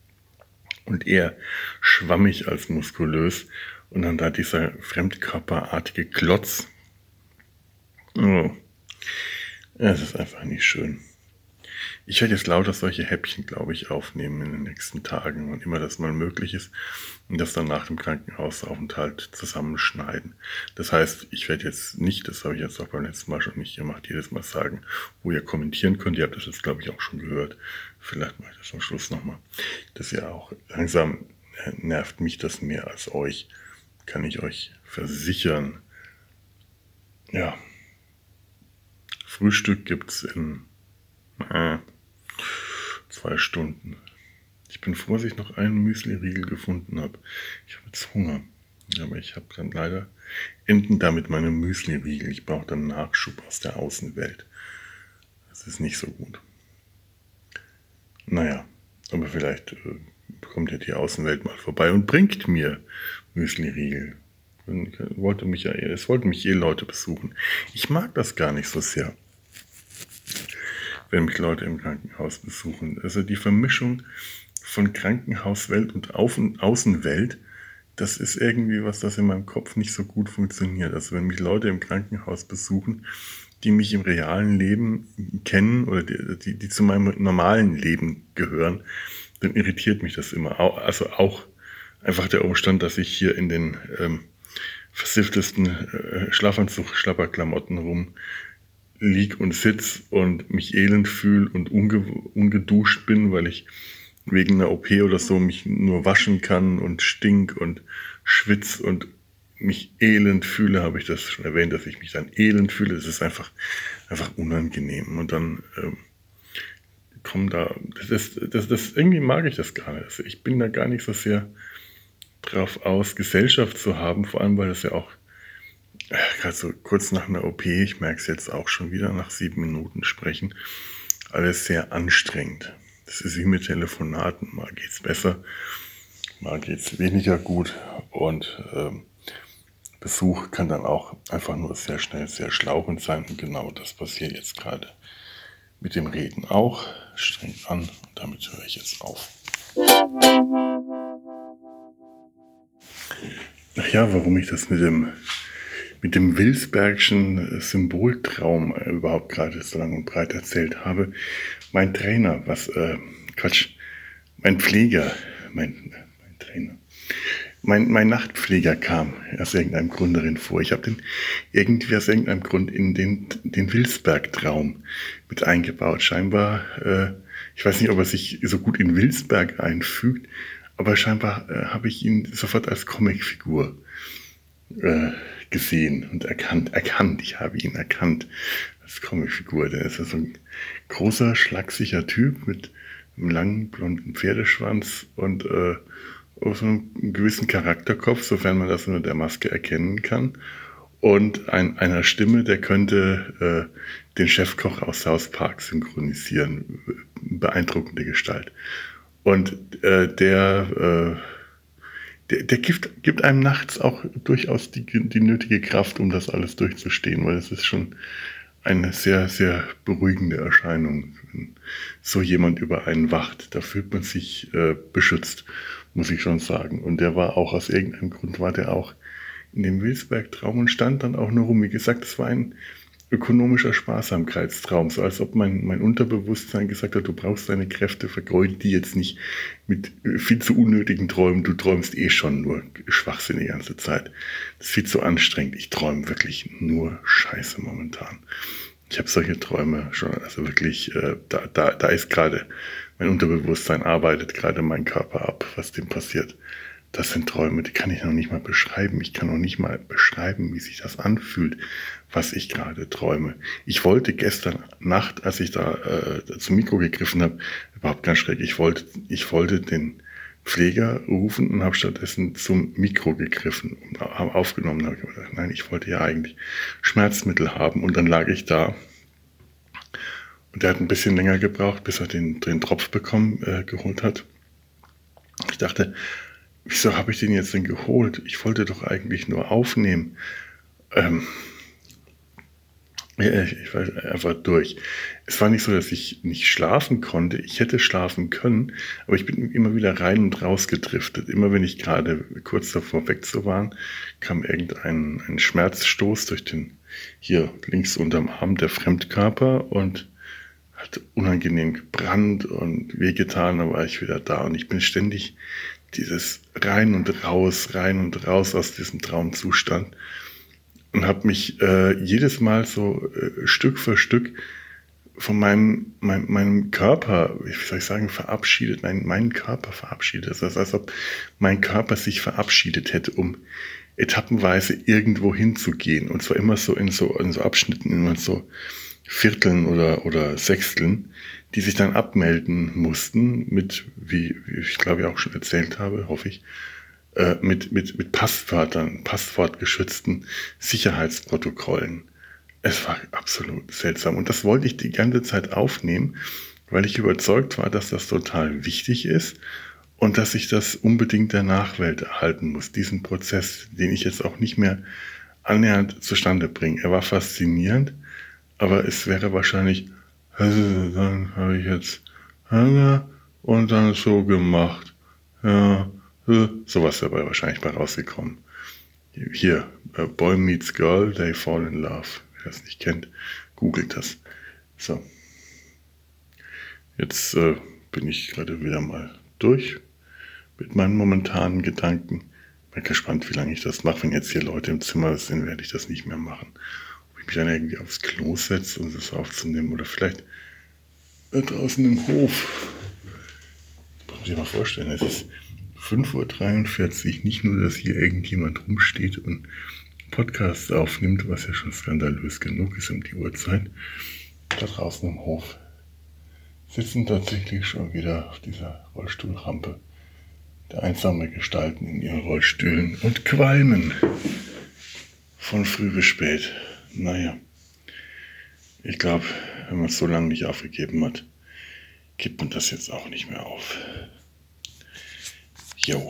und eher schwammig als muskulös. Und dann da dieser fremdkörperartige Klotz. Oh, es ist einfach nicht schön. Ich werde jetzt lauter solche Häppchen, glaube ich, aufnehmen in den nächsten Tagen, wann immer das mal möglich ist, und das dann nach dem Krankenhausaufenthalt zusammenschneiden. Das heißt, ich werde jetzt nicht, das habe ich jetzt auch beim letzten Mal schon nicht gemacht, jedes Mal sagen, wo ihr kommentieren könnt. Ihr habt das jetzt, glaube ich, auch schon gehört. Vielleicht mache ich das am Schluss nochmal. Das ist ja auch langsam, nervt mich das mehr als euch, kann ich euch versichern. Ja, Frühstück gibt's in äh, zwei Stunden. Ich bin froh, dass ich noch einen Müsli-Riegel gefunden habe. Ich habe jetzt Hunger, aber ich habe dann leider enden damit meine Müsli-Riegel. Ich brauche dann Nachschub aus der Außenwelt. Das ist nicht so gut. Naja, aber vielleicht äh, kommt ja die Außenwelt mal vorbei und bringt mir Müsli-Riegel. Wollte mich ja, es wollten mich eh Leute besuchen. Ich mag das gar nicht so sehr, wenn mich Leute im Krankenhaus besuchen. Also die Vermischung von Krankenhauswelt und Außenwelt, das ist irgendwie was, das in meinem Kopf nicht so gut funktioniert. Also wenn mich Leute im Krankenhaus besuchen, die mich im realen Leben kennen oder die, die, die zu meinem normalen Leben gehören, dann irritiert mich das immer. Also auch einfach der Umstand, dass ich hier in den ähm, versifftesten äh, Schlafanzug, Schlapperklamotten rum lieg und sitz und mich elend fühle und unge ungeduscht bin, weil ich wegen einer O P oder so mich nur waschen kann und stink und schwitz und mich elend fühle, habe ich das schon erwähnt, dass ich mich dann elend fühle. Das ist einfach, einfach unangenehm. Und dann ähm, kommen da, das, ist, das, das, irgendwie mag ich das gar nicht. Also ich bin da gar nicht so sehr drauf aus, Gesellschaft zu haben, vor allem, weil das ja auch äh, gerade so kurz nach einer O P, ich merke es jetzt auch schon wieder, nach sieben Minuten sprechen, alles sehr anstrengend. Das ist wie mit Telefonaten, mal geht's besser, mal geht's weniger gut und ähm, Besuch kann dann auch einfach nur sehr schnell, sehr schlauchend sein und genau das passiert jetzt gerade mit dem Reden auch. Streng an und damit höre ich jetzt auf. Ach ja, warum ich das mit dem mit dem Wilsbergschen Symboltraum äh, überhaupt gerade so lang und breit erzählt habe. Mein Trainer, was, äh, Quatsch, mein Pfleger, mein, mein Trainer, mein, mein Nachtpfleger kam aus irgendeinem Grund darin vor. Ich habe den irgendwie aus irgendeinem Grund in den, den Wilsberg-Traum mit eingebaut. Scheinbar, äh, ich weiß nicht, ob er sich so gut in Wilsberg einfügt, aber scheinbar äh, habe ich ihn sofort als Comicfigur äh, gesehen und erkannt, erkannt, ich habe ihn erkannt als Comicfigur. Der ist so ein großer, schlachsiger Typ mit einem langen, blonden Pferdeschwanz und äh, so einem gewissen Charakterkopf, sofern man das unter der Maske erkennen kann. Und ein, einer Stimme, der könnte äh, den Chefkoch aus South Park synchronisieren. Beeindruckende Gestalt. Und äh, der... Äh, Der, der gibt, gibt einem nachts auch durchaus die, die nötige Kraft, um das alles durchzustehen, weil es ist schon eine sehr, sehr beruhigende Erscheinung, wenn so jemand über einen wacht. Da fühlt man sich äh, beschützt, muss ich schon sagen. Und der war auch, aus irgendeinem Grund war der auch in dem Wilsberg-Traum und stand dann auch nur rum. Wie gesagt, es war ein ökonomischer Sparsamkeitstraum, so als ob mein, mein Unterbewusstsein gesagt hat, du brauchst deine Kräfte, vergeude die jetzt nicht mit viel zu unnötigen Träumen, du träumst eh schon nur Schwachsinn die ganze Zeit. Das ist viel zu anstrengend, ich träume wirklich nur Scheiße momentan. Ich habe solche Träume schon, also wirklich, äh, da, da, da ist gerade, mein Unterbewusstsein arbeitet gerade meinen Körper ab, was dem passiert. Das sind Träume, die kann ich noch nicht mal beschreiben. Ich kann noch nicht mal beschreiben, wie sich das anfühlt, was ich gerade träume. Ich wollte gestern Nacht, als ich da äh, zum Mikro gegriffen habe, überhaupt ganz schräg, ich wollte, ich wollte den Pfleger rufen und habe stattdessen zum Mikro gegriffen und habe aufgenommen. Da habe ich gedacht, nein, ich wollte ja eigentlich Schmerzmittel haben. Und dann lag ich da und der hat ein bisschen länger gebraucht, bis er den, den Tropf bekommen, äh, geholt hat. Ich dachte, wieso habe ich den jetzt denn geholt? Ich wollte doch eigentlich nur aufnehmen. Ähm, ich war einfach durch. Es war nicht so, dass ich nicht schlafen konnte. Ich hätte schlafen können, aber ich bin immer wieder rein und raus gedriftet. Immer wenn ich gerade kurz davor wegzufahren, kam irgendein ein Schmerzstoß durch den, hier links unterm Arm, der Fremdkörper und hat unangenehm gebrannt und wehgetan, dann war ich wieder da und ich bin ständig dieses rein und raus, rein und raus aus diesem Traumzustand und habe mich äh, jedes Mal so äh, Stück für Stück von meinem, meinem, meinem Körper, wie soll ich sagen, verabschiedet, nein, meinen Körper verabschiedet. Das heißt, als ob mein Körper sich verabschiedet hätte, um etappenweise irgendwo hinzugehen. Und zwar immer so in so, in so Abschnitten, immer so Vierteln oder, oder Sechsteln, die sich dann abmelden mussten mit, wie, wie ich glaube ich auch schon erzählt habe, hoffe ich, äh, mit, mit, mit Passwörtern, passwortgeschützten Sicherheitsprotokollen. Es war absolut seltsam und das wollte ich die ganze Zeit aufnehmen, weil ich überzeugt war, dass das total wichtig ist und dass ich das unbedingt der Nachwelt erhalten muss, diesen Prozess, den ich jetzt auch nicht mehr annähernd zustande bringe. Er war faszinierend, aber es wäre wahrscheinlich, also dann habe ich jetzt Hunger und dann so gemacht. Ja, sowas dabei wahrscheinlich bei rausgekommen. Hier, Boy Meets Girl, They Fall in Love. Wer das nicht kennt, googelt das. So. Jetzt äh, bin ich gerade wieder mal durch mit meinen momentanen Gedanken. Bin gespannt, wie lange ich das mache. Wenn jetzt hier Leute im Zimmer sind, werde ich das nicht mehr machen. Ob ich mich dann irgendwie aufs Klo setze, um das aufzunehmen oder vielleicht draußen im Hof. Muss ich dir mal vorstellen, es ist fünf Uhr dreiundvierzig. Nicht nur, dass hier irgendjemand rumsteht und Podcasts aufnimmt, was ja schon skandalös genug ist um die Uhrzeit. Da draußen im Hof sitzen tatsächlich schon wieder auf dieser Rollstuhlrampe der einsame Gestalten in ihren Rollstühlen und qualmen von früh bis spät. Naja, ich glaube, wenn man es so lange nicht aufgegeben hat, gibt man das jetzt auch nicht mehr auf. Jo.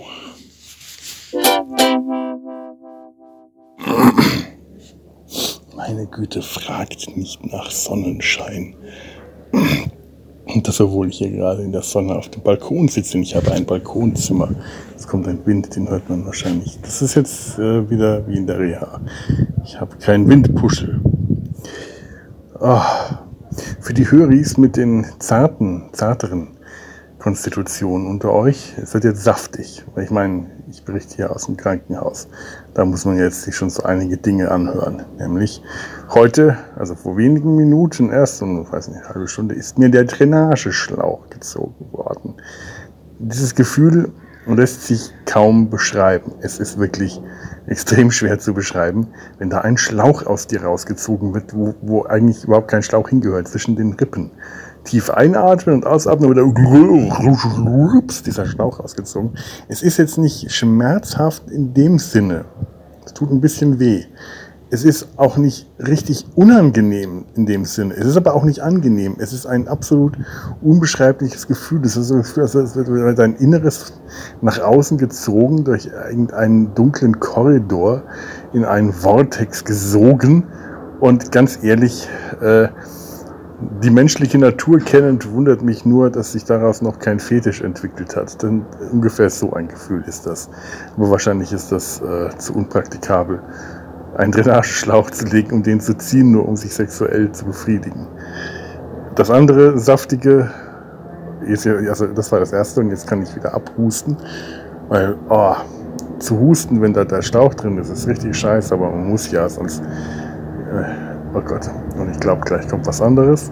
Meine Güte, fragt nicht nach Sonnenschein. Und das, obwohl ich hier gerade in der Sonne auf dem Balkon sitze. Und ich habe ein Balkonzimmer. Es kommt ein Wind, den hört man wahrscheinlich. Das ist jetzt äh, wieder wie in der Reha. Ich habe keinen Windpuschel. Oh. Für die Höris mit den zarten, zarteren Konstitutionen unter euch, es wird jetzt saftig. Ich meine, ich berichte hier aus dem Krankenhaus. Da muss man jetzt sich schon so einige Dinge anhören. Nämlich heute, also vor wenigen Minuten erst, und ich weiß nicht, eine halbe Stunde, ist mir der Drainageschlauch gezogen worden. Dieses Gefühl lässt sich kaum beschreiben. Es ist wirklich extrem schwer zu beschreiben, wenn da ein Schlauch aus dir rausgezogen wird, wo, wo eigentlich überhaupt kein Schlauch hingehört, zwischen den Rippen. Tief einatmen und ausatmen, wieder dieser Schlauch ausgezogen. Es ist jetzt nicht schmerzhaft in dem Sinne. Es tut ein bisschen weh. Es ist auch nicht richtig unangenehm in dem Sinne. Es ist aber auch nicht angenehm. Es ist ein absolut unbeschreibliches Gefühl. Es ist so ein Gefühl, als wird dein Inneres nach außen gezogen, durch irgendeinen dunklen Korridor in einen Vortex gesogen. Und ganz ehrlich, äh, die menschliche Natur kennend wundert mich nur, dass sich daraus noch kein Fetisch entwickelt hat. Denn ungefähr so ein Gefühl ist das. Aber wahrscheinlich ist das äh, zu unpraktikabel, einen Drainageschlauch zu legen, um den zu ziehen, nur um sich sexuell zu befriedigen. Das andere, saftige, ist ja, also das war das erste und jetzt kann ich wieder abhusten. Weil, oh, zu husten, wenn da der Schlauch drin ist, ist richtig scheiße, aber man muss ja, sonst... Äh, Oh Gott, und ich glaube, gleich kommt was anderes.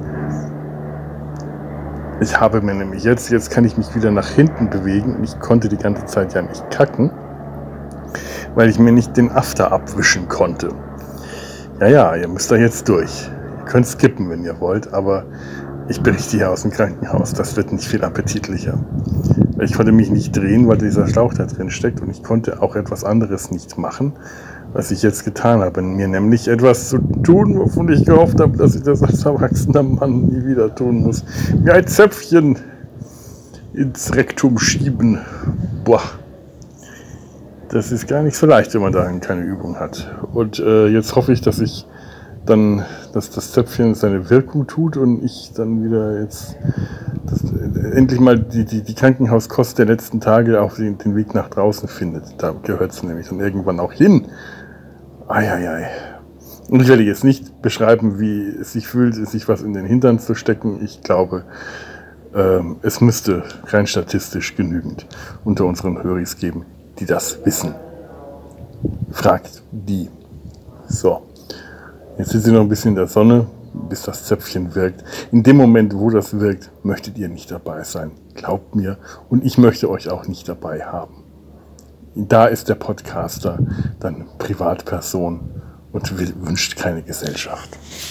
Ich habe mir nämlich jetzt, jetzt kann ich mich wieder nach hinten bewegen und ich konnte die ganze Zeit ja nicht kacken, weil ich mir nicht den After abwischen konnte. Ja, ja, ihr müsst da jetzt durch. Ihr könnt skippen, wenn ihr wollt, aber ich berichte hier aus dem Krankenhaus. Das wird nicht viel appetitlicher. Ich konnte mich nicht drehen, weil dieser Schlauch da drin steckt und ich konnte auch etwas anderes nicht machen, was ich jetzt getan habe, mir nämlich etwas zu tun, wovon ich gehofft habe, dass ich das als erwachsener Mann nie wieder tun muss. Mir ein Zäpfchen ins Rektum schieben. Boah, das ist gar nicht so leicht, wenn man da keine Übung hat. Und äh, jetzt hoffe ich, dass ich dann, dass das Zäpfchen seine Wirkung tut und ich dann wieder jetzt das, äh, endlich mal die, die, die Krankenhauskost der letzten Tage auf den, den Weg nach draußen findet. Da gehört es nämlich dann irgendwann auch hin. Eieiei. Und ich werde jetzt nicht beschreiben, wie es sich fühlt, sich was in den Hintern zu stecken. Ich glaube, ähm, es müsste rein statistisch genügend unter unseren Höris geben, die das wissen. Fragt die. So, jetzt sind sie noch ein bisschen in der Sonne, bis das Zöpfchen wirkt. In dem Moment, wo das wirkt, möchtet ihr nicht dabei sein. Glaubt mir. Und ich möchte euch auch nicht dabei haben. Da ist der Podcaster dann Privatperson und will, wünscht keine Gesellschaft.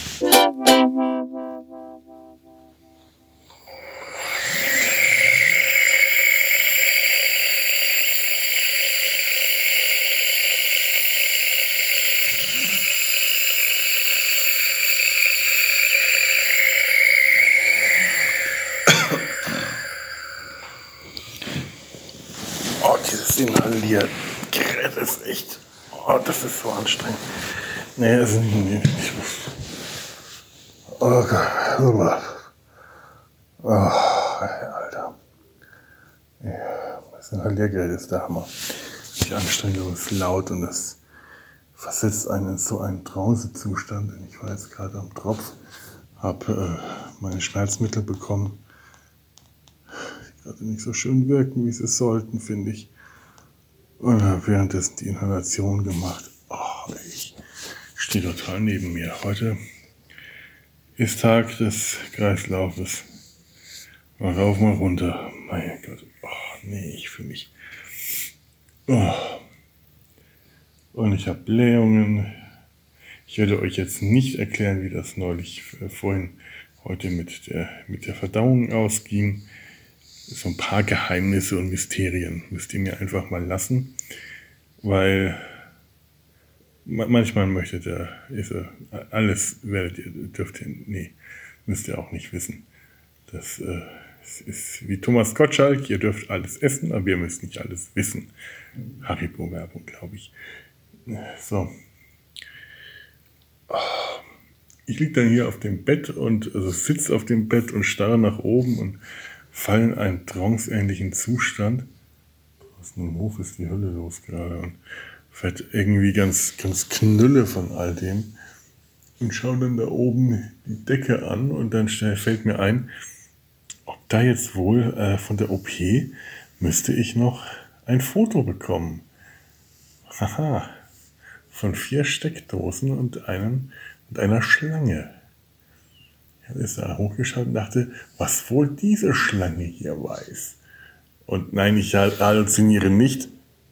Oh, dieses Inhalieren, das ist echt, oh, das ist so anstrengend. Nee, das ist nicht, nicht. Oh Gott, oh, Alter. Ja, das Inhaliergerät ist der Hammer. Die Anstrengung ist laut und das versetzt einen in so einen Trancezustand. Ich war jetzt gerade am Tropf, habe äh, meine Schmerzmittel bekommen, die gerade nicht so schön wirken, wie sie sollten, finde ich. Und habe währenddessen die Inhalation gemacht. Oh, ich stehe total neben mir. Heute ist Tag des Kreislaufes. Mal rauf, mal runter. Mein Gott. Oh, nee, ich fühle mich. Oh. Und ich habe Blähungen. Ich werde euch jetzt nicht erklären, wie das neulich äh, vorhin heute mit der, mit der Verdauung ausging. So ein paar Geheimnisse und Mysterien müsst ihr mir einfach mal lassen, weil manchmal möchtet ihr, ist er, alles werdet ihr, dürft ihr, nee, müsst ihr auch nicht wissen. Das äh, ist wie Thomas Gottschalk, ihr dürft alles essen, aber ihr müsst nicht alles wissen. Haribo-Werbung, glaube ich. So. Ich liege dann hier auf dem Bett und also sitze auf dem Bett und starre nach oben und falle in einen tranceähnlichen Zustand. Draußen im Hof ist die Hölle los gerade und fährt irgendwie ganz, ganz Knülle von all dem und schaue dann da oben die Decke an und dann fällt mir ein, ob da jetzt wohl äh, von der O P müsste ich noch ein Foto bekommen. Haha, von vier Steckdosen und, einem, und einer Schlange. Ich habe jetzt da hochgeschaut und dachte, was wohl diese Schlange hier weiß. Und nein, ich halluziniere nicht.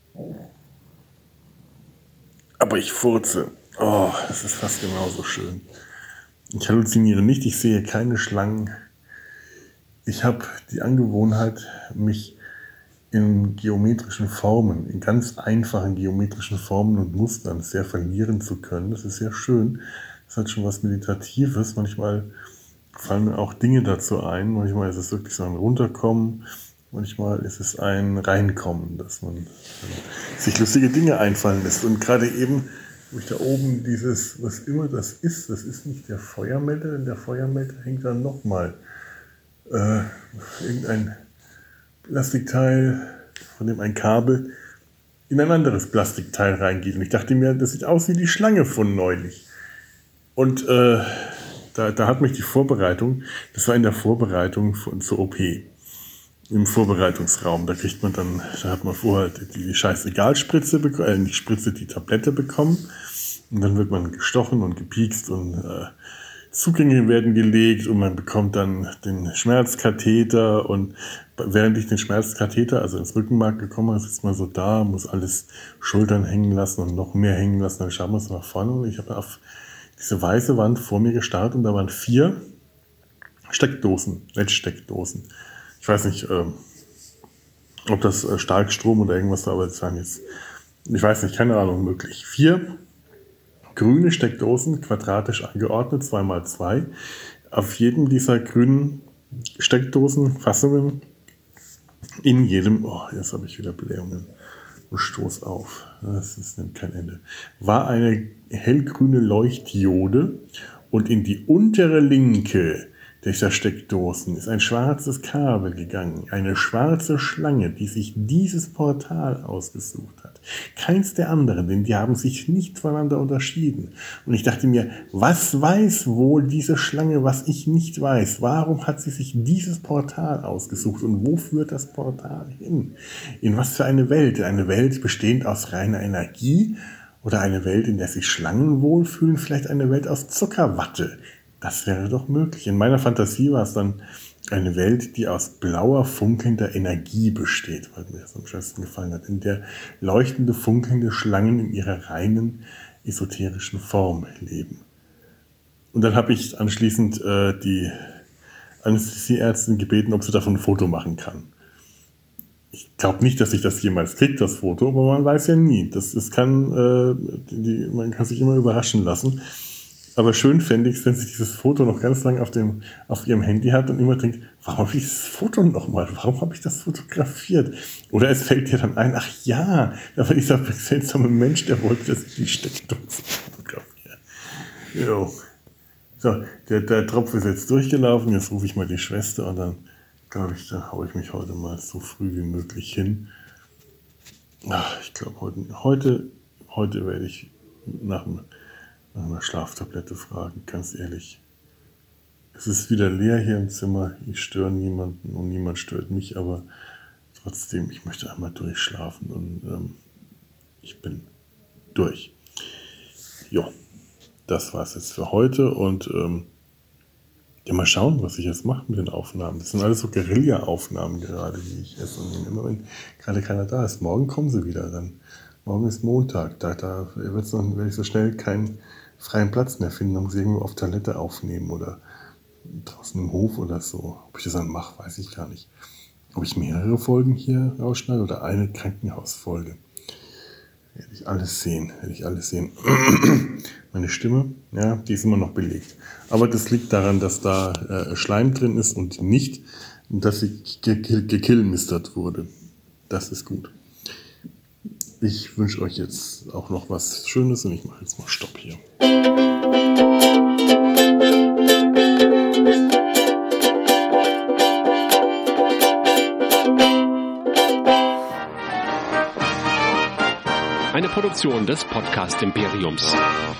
Aber ich furze. Oh, das ist fast genauso schön. Ich halluziniere nicht, ich sehe keine Schlangen. Ich habe die Angewohnheit, mich in geometrischen Formen, in ganz einfachen geometrischen Formen und Mustern sehr verlieren zu können. Das ist sehr schön. Das hat schon was Meditatives. Manchmal fallen mir auch Dinge dazu ein. Manchmal ist es wirklich so ein Runterkommen. Manchmal ist es ein Reinkommen, dass man sich lustige Dinge einfallen lässt. Und gerade eben, wo ich da oben dieses, was immer das ist, das ist nicht der Feuermelder, denn der Feuermelder hängt dann nochmal äh, irgendein Plastikteil, von dem ein Kabel in ein anderes Plastikteil reingeht. Und ich dachte mir, das sieht aus wie die Schlange von neulich. Und äh, da, da hat mich die Vorbereitung, das war in der Vorbereitung von, zur O P, im Vorbereitungsraum. Da kriegt man dann, da hat man vorher die, die Scheißegal-Spritze bekommen, äh, nicht Spritze, die Tablette bekommen. Und dann wird man gestochen und gepiekst und äh, Zugänge werden gelegt und man bekommt dann den Schmerzkatheter. Und während ich den Schmerzkatheter, also ins Rückenmark gekommen habe, sitzt man so da, muss alles Schultern hängen lassen und noch mehr hängen lassen. Dann schaut man so nach vorne und ich habe auf diese weiße Wand vor mir gestarrt und da waren vier Steckdosen, L E D-Steckdosen. Ich weiß nicht, ähm, ob das äh, Starkstrom oder irgendwas da, aber das waren jetzt, ich weiß nicht, keine Ahnung, möglich. Vier grüne Steckdosen, quadratisch angeordnet, zwei mal zwei. Auf jedem dieser grünen Steckdosenfassungen, in jedem, oh, jetzt habe ich wieder Blähungen und Stoß auf, das ist, nimmt kein Ende, war eine hellgrüne Leuchtdiode und in die untere linke durch das Steckdosen ist ein schwarzes Kabel gegangen, eine schwarze Schlange, die sich dieses Portal ausgesucht hat. Keins der anderen, denn die haben sich nicht voneinander unterschieden. Und ich dachte mir, was weiß wohl diese Schlange, was ich nicht weiß? Warum hat sie sich dieses Portal ausgesucht und wo führt das Portal hin? In was für eine Welt? Eine Welt bestehend aus reiner Energie oder eine Welt, in der sich Schlangen wohlfühlen? Vielleicht eine Welt aus Zuckerwatte? Das wäre doch möglich. In meiner Fantasie war es dann eine Welt, die aus blauer, funkelnder Energie besteht, weil mir das am schönsten gefallen hat, in der leuchtende, funkelnde Schlangen in ihrer reinen, esoterischen Form leben. Und dann habe ich anschließend äh, die Anästhesieärztin gebeten, ob sie davon ein Foto machen kann. Ich glaube nicht, dass ich das jemals kriege, das Foto, aber man weiß ja nie. Das, das kann, äh, die, man kann sich immer überraschen lassen. Aber schön fände ich es, wenn sie dieses Foto noch ganz lange auf, dem, auf ihrem Handy hat und immer denkt, warum habe ich das Foto nochmal? Warum habe ich das fotografiert? Oder es fällt ihr dann ein, ach ja, da war dieser seltsame Mensch, der wollte, dass ich die Steckdose fotografiere. Jo. So, der, der Tropf ist jetzt durchgelaufen, jetzt rufe ich mal die Schwester und dann, glaube ich, da haue ich mich heute mal so früh wie möglich hin. Ach, ich glaube, heute, heute, heute werde ich nach dem nach einer Schlaftablette fragen, ganz ehrlich. Es ist wieder leer hier im Zimmer, ich störe niemanden und niemand stört mich, aber trotzdem, ich möchte einmal durchschlafen und ähm, ich bin durch. Ja, das war's jetzt für heute und ähm, ja, mal schauen, was ich jetzt mache mit den Aufnahmen. Das sind alles so Guerilla-Aufnahmen gerade, die ich esse. Und immer wenn gerade keiner da ist, morgen kommen sie wieder, dann morgen ist Montag, da, da wird's noch, werde ich so schnell keinen freien Platz mehr finden, dann muss ich irgendwo auf Toilette aufnehmen oder draußen im Hof oder so. Ob ich das dann mache, weiß ich gar nicht. Ob ich mehrere Folgen hier rausschneide oder eine Krankenhausfolge. Werde ich alles sehen, werde ich alles sehen. Meine Stimme, ja, die ist immer noch belegt. Aber das liegt daran, dass da äh, Schleim drin ist und nicht, dass sie gekillmistert wurde. Das ist gut. Ich wünsche euch jetzt auch noch was Schönes und ich mache jetzt mal Stopp hier. Eine Produktion des Podcast Imperiums.